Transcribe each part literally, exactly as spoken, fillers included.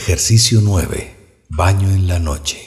Ejercicio nueve. Baño en la noche.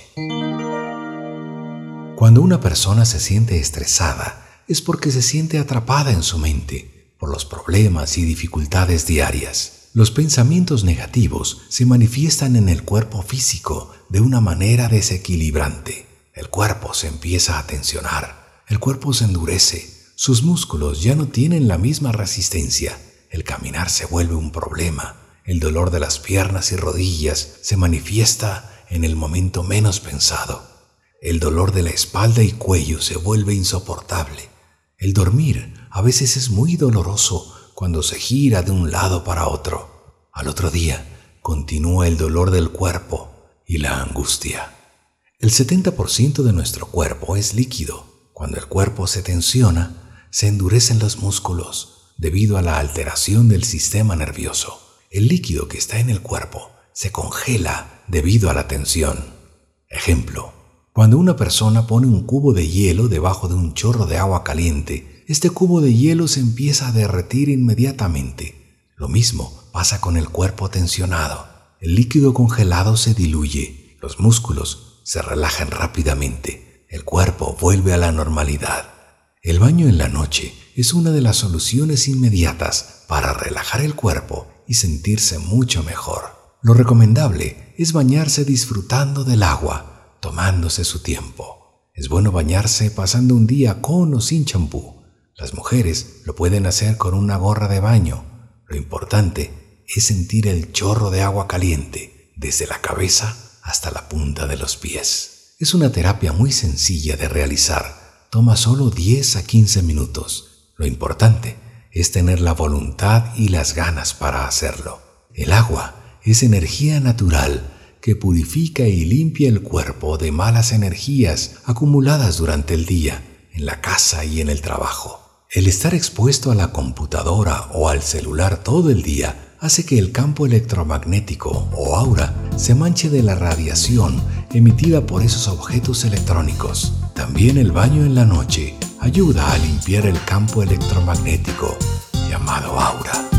Cuando una persona se siente estresada, es porque se siente atrapada en su mente por los problemas y dificultades diarias. Los pensamientos negativos se manifiestan en el cuerpo físico de una manera desequilibrante. El cuerpo se empieza a tensionar, el cuerpo se endurece, sus músculos ya no tienen la misma resistencia, el caminar se vuelve un problema. El dolor de las piernas y rodillas se manifiesta en el momento menos pensado. El dolor de la espalda y cuello se vuelve insoportable. El dormir a veces es muy doloroso cuando se gira de un lado para otro. Al otro día continúa el dolor del cuerpo y la angustia. El setenta por ciento de nuestro cuerpo es líquido. Cuando el cuerpo se tensiona, se endurecen los músculos debido a la alteración del sistema nervioso. El líquido que está en el cuerpo se congela debido a la tensión. Ejemplo, cuando una persona pone un cubo de hielo debajo de un chorro de agua caliente, este cubo de hielo se empieza a derretir inmediatamente. Lo mismo pasa con el cuerpo tensionado. El líquido congelado se diluye, los músculos se relajan rápidamente, el cuerpo vuelve a la normalidad. El baño en la noche es una de las soluciones inmediatas para relajar el cuerpo y sentirse mucho mejor. Lo recomendable es bañarse disfrutando del agua, tomándose su tiempo. Es bueno bañarse pasando un día con o sin champú. Las mujeres lo pueden hacer con una gorra de baño. Lo importante es sentir el chorro de agua caliente desde la cabeza hasta la punta de los pies. Es una terapia muy sencilla de realizar. Toma solo diez a quince minutos. Lo importante es tener la voluntad y las ganas para hacerlo. El agua es energía natural que purifica y limpia el cuerpo de malas energías acumuladas durante el día, en la casa y en el trabajo. El estar expuesto a la computadora o al celular todo el día hace que el campo electromagnético o aura se manche de la radiación emitida por esos objetos electrónicos. También el baño en la noche ayuda a limpiar el campo electromagnético llamado aura.